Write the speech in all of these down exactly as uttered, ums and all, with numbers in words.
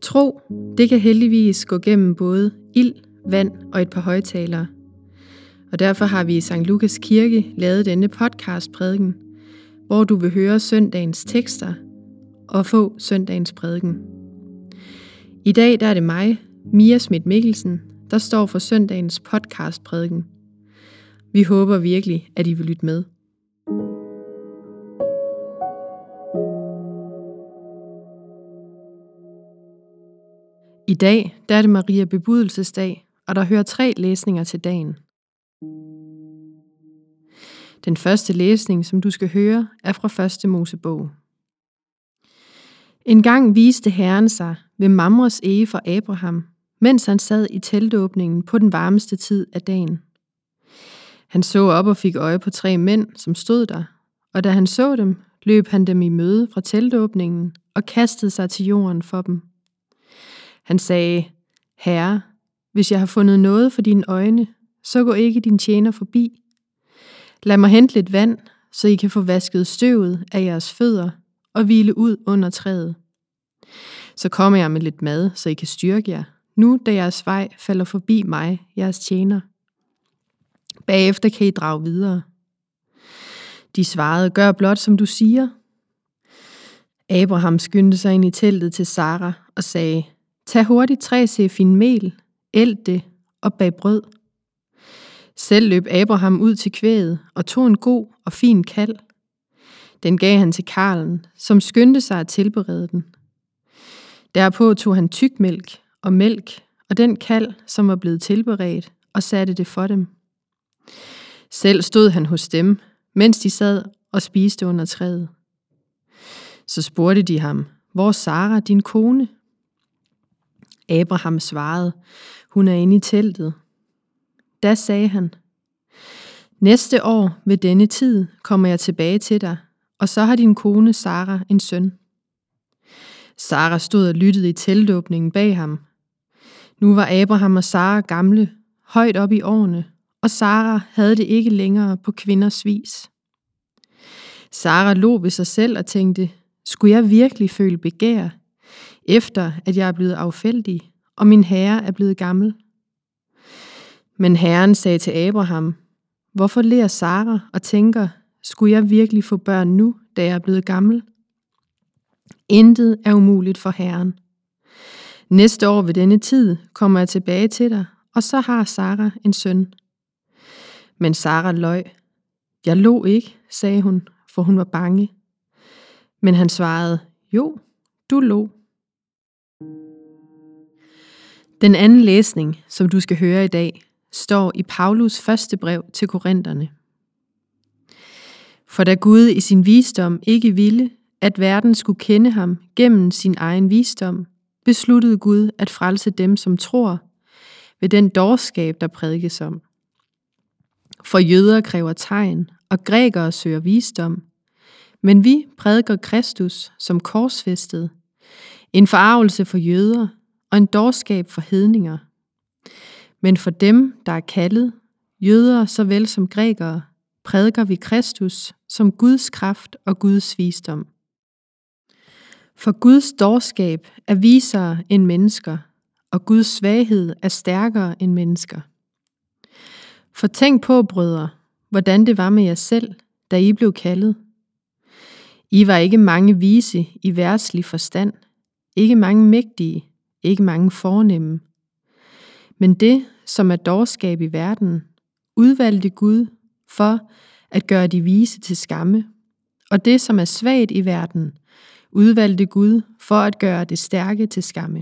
Tro, det kan heldigvis gå gennem både ild, vand og et par højttalere. Og derfor har vi i Sankt Lukas Kirke lavet denne podcastprædiken, hvor du vil høre søndagens tekster og få søndagens prædiken. I dag der er det mig, Mia Schmidt Mikkelsen, der står for søndagens podcastprædiken. Vi håber virkelig, at I vil lytte med. I dag der er det Maria Bebudelsesdag, og der hører tre læsninger til dagen. Den første læsning, som du skal høre, er fra første Mosebog. En gang viste Herren sig ved Mamres ege for Abraham, mens han sad i teltåbningen på den varmeste tid af dagen. Han så op og fik øje på tre mænd, som stod der, og da han så dem, løb han dem i møde fra teltåbningen og kastede sig til jorden for dem. Han sagde, Herre, hvis jeg har fundet noget for dine øjne, så gå ikke din tjener forbi. Lad mig hente lidt vand, så I kan få vasket støvet af jeres fødder og hvile ud under træet. Så kommer jeg med lidt mad, så I kan styrke jer, nu da jeres vej falder forbi mig, jeres tjener. Bagefter kan I drage videre. De svarede, gør blot som du siger. Abraham skyndte sig ind i teltet til Sara og sagde, tag hurtigt tre sefin mel, eld det og bag brød. Selv løb Abraham ud til kvæget og tog en god og fin kalv. Den gav han til karlen, som skyndte sig at tilberede den. Derpå tog han tykmælk og mælk og den kalv, som var blevet tilberedt, og satte det for dem. Selv stod han hos dem, mens de sad og spiste under træet. Så spurgte de ham, hvor er Sara, din kone? Abraham svarede, hun er inde i teltet. Da sagde han, næste år ved denne tid kommer jeg tilbage til dig, og så har din kone Sara en søn. Sara stod og lyttede i teltåbningen bag ham. Nu var Abraham og Sara gamle, højt op i årene, og Sara havde det ikke længere på kvinders vis. Sara lå ved sig selv og tænkte, skulle jeg virkelig føle begær, efter at jeg er blevet affældig, og min herre er blevet gammel? Men Herren sagde til Abraham, hvorfor ler Sara og tænker, skulle jeg virkelig få børn nu, da jeg er blevet gammel? Intet er umuligt for Herren. Næste år ved denne tid kommer jeg tilbage til dig, og så har Sara en søn. Men Sara løj. Jeg lå ikke, sagde hun, for hun var bange. Men han svarede, jo, du lå. Den anden læsning, som du skal høre i dag, står i Paulus første brev til Korinterne. For da Gud i sin visdom ikke ville, at verden skulle kende ham gennem sin egen visdom, besluttede Gud at frelse dem, som tror, ved den dårskab, der prædikes om. For jøder kræver tegn, og grækere søger visdom, men vi prædiker Kristus som korsfæstet, en forargelse for jøder og en dårskab for hedninger. Men for dem, der er kaldet, jøder såvel som grækere, prædiker vi Kristus som Guds kraft og Guds visdom. For Guds dårskab er visere end mennesker, og Guds svaghed er stærkere end mennesker. For tænk på, brødre, hvordan det var med jer selv, da I blev kaldet. I var ikke mange vise i verdslig forstand, ikke mange mægtige, ikke mange fornemme. Men det, som er dårskab i verden, udvalgte Gud for at gøre de vise til skamme, og det, som er svagt i verden, udvalgte Gud for at gøre det stærke til skamme.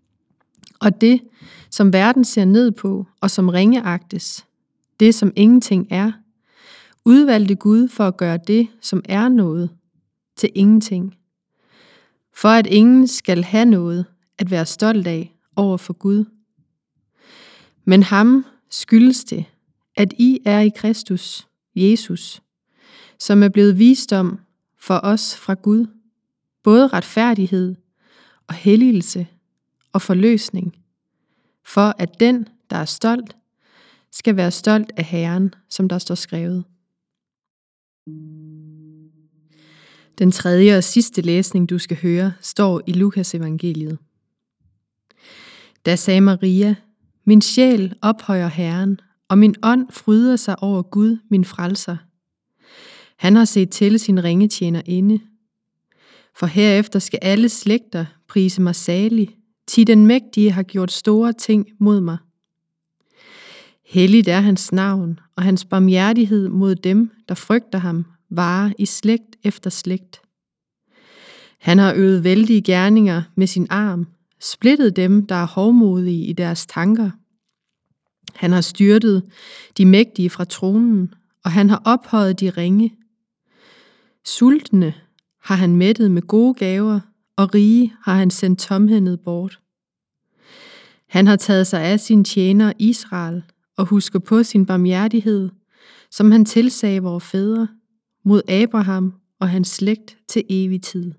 Og det, som verden ser ned på, og som ringeagtes, det, som ingenting er, udvalgte Gud for at gøre det, som er noget, til ingenting. For at ingen skal have noget at være stolt af over for Gud. Men ham skyldes det, at I er i Kristus, Jesus, som er blevet visdom for os fra Gud, både retfærdighed og helligelse og forløsning, for at den, der er stolt, skal være stolt af Herren, som der står skrevet. Den tredje og sidste læsning, du skal høre, står i Lukas evangeliet. Da sagde Maria, min sjæl ophøjer Herren, og min ånd fryder sig over Gud, min frelser. Han har set til sin ringe tjenerinde. For herefter skal alle slægter prise mig salig, ti den mægtige har gjort store ting mod mig. Helligt er hans navn, og hans barmhjertighed mod dem, der frygter ham, varer i slægt efter slægt. Han har øvet vældige gerninger med sin arm, splittet dem, der er hovmodige i deres tanker. Han har styrtet de mægtige fra tronen, og han har ophøjet de ringe. Sultne har han mættet med gode gaver, og rige har han sendt tomhændet bort. Han har taget sig af sin tjener Israel, og husker på sin barmhjertighed, som han tilsagde vore fædre, mod Abraham og hans slægt til evig tid.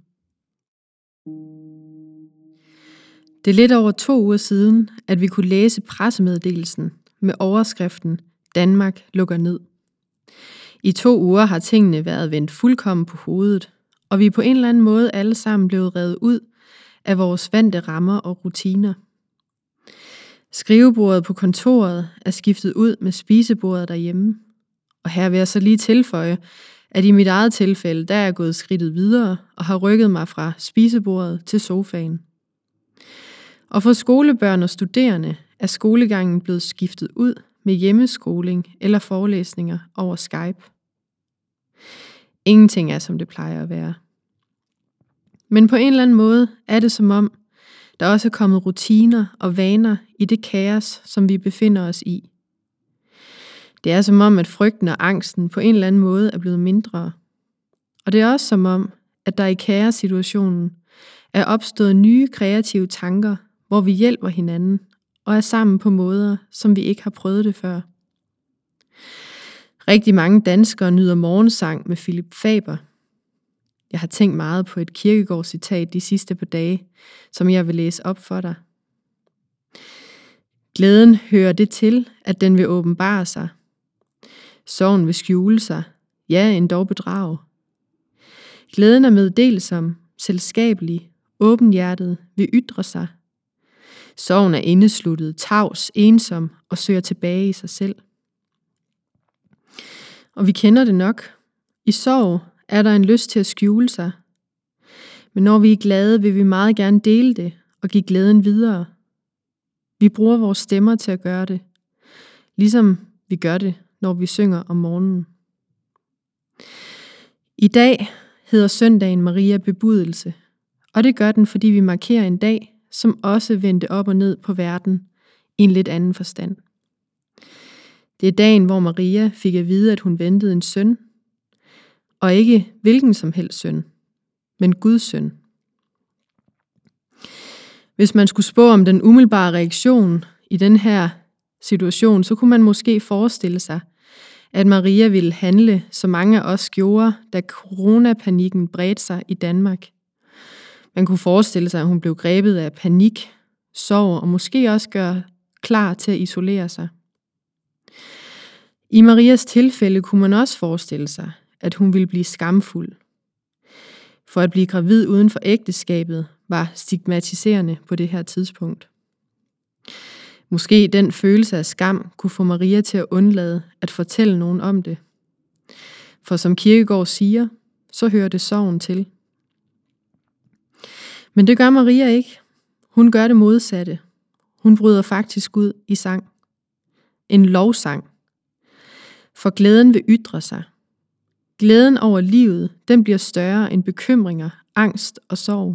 Det er lidt over to uger siden, at vi kunne læse pressemeddelelsen med overskriften Danmark lukker ned. I to uger har tingene været vendt fuldkommen på hovedet, og vi er på en eller anden måde alle sammen blevet revet ud af vores vante rammer og rutiner. Skrivebordet på kontoret er skiftet ud med spisebordet derhjemme, og her vil jeg så lige tilføje, at i mit eget tilfælde, der er jeg gået skridtet videre og har rykket mig fra spisebordet til sofaen. Og for skolebørn og studerende er skolegangen blevet skiftet ud med hjemmeskoling eller forelæsninger over Skype. Ingenting er, som det plejer at være. Men på en eller anden måde er det som om, der også er kommet rutiner og vaner i det kaos, som vi befinder os i. Det er som om, at frygten og angsten på en eller anden måde er blevet mindre. Og det er også som om, at der i kaos-situationen er opstået nye kreative tanker, hvor vi hjælper hinanden og er sammen på måder, som vi ikke har prøvet det før. Rigtig mange danskere nyder morgensang med Philip Faber. Jeg har tænkt meget på et Kierkegaard-citat de sidste par dage, som jeg vil læse op for dig. Glæden hører det til, at den vil åbenbare sig. Sorgen vil skjule sig, ja, endog bedrage. Glæden er meddelsom, selskabelig, åbenhjertet, vil ytre sig. Sorgen er indesluttet, tavs, ensom og søger tilbage i sig selv. Og vi kender det nok. I sorg er der en lyst til at skjule sig. Men når vi er glade, vil vi meget gerne dele det og give glæden videre. Vi bruger vores stemmer til at gøre det, ligesom vi gør det, når vi synger om morgenen. I dag hedder søndagen Maria Bebudelse, og det gør den, fordi vi markerer en dag, som også vendte op og ned på verden i en lidt anden forstand. Det er dagen, hvor Maria fik at vide, at hun ventede en søn, og ikke hvilken som helst søn, men Guds søn. Hvis man skulle spå om den umiddelbare reaktion i den her situation, så kunne man måske forestille sig, at Maria ville handle, som mange af os gjorde, da coronapanikken bredte sig i Danmark. Man kunne forestille sig, at hun blev grebet af panik, sorg og måske også gøre klar til at isolere sig. I Marias tilfælde kunne man også forestille sig, at hun ville blive skamfuld. For at blive gravid uden for ægteskabet var stigmatiserende på det her tidspunkt. Måske den følelse af skam kunne få Maria til at undlade at fortælle nogen om det. For som Kierkegaard siger, så hører det sorgen til. Men det gør Maria ikke. Hun gør det modsatte. Hun bryder faktisk ud i sang. En lovsang. For glæden vil ytre sig. Glæden over livet, den bliver større end bekymringer, angst og sorg.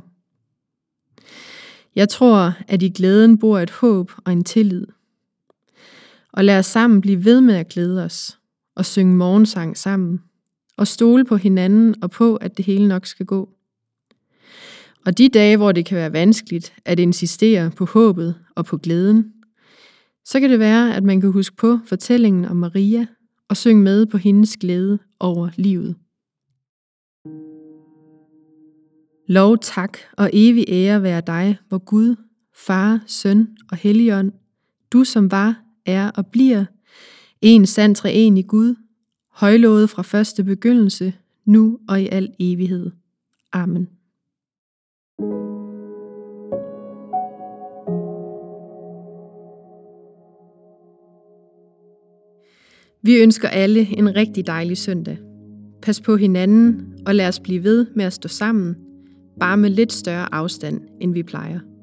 Jeg tror, at i glæden bor et håb og en tillid. Og lad os sammen blive ved med at glæde os og synge morgensang sammen og stole på hinanden og på, at det hele nok skal gå. Og de dage, hvor det kan være vanskeligt at insistere på håbet og på glæden, så kan det være, at man kan huske på fortællingen om Maria og synge med på hendes glæde over livet. Lov, tak og evig ære være dig, vor Gud, Far, Søn og Helligånd, du som var, er og bliver, en sand treenig Gud, højlovet fra første begyndelse, nu og i al evighed. Amen. Vi ønsker alle en rigtig dejlig søndag. Pas på hinanden, og lad os blive ved med at stå sammen, bare med lidt større afstand, end vi plejer.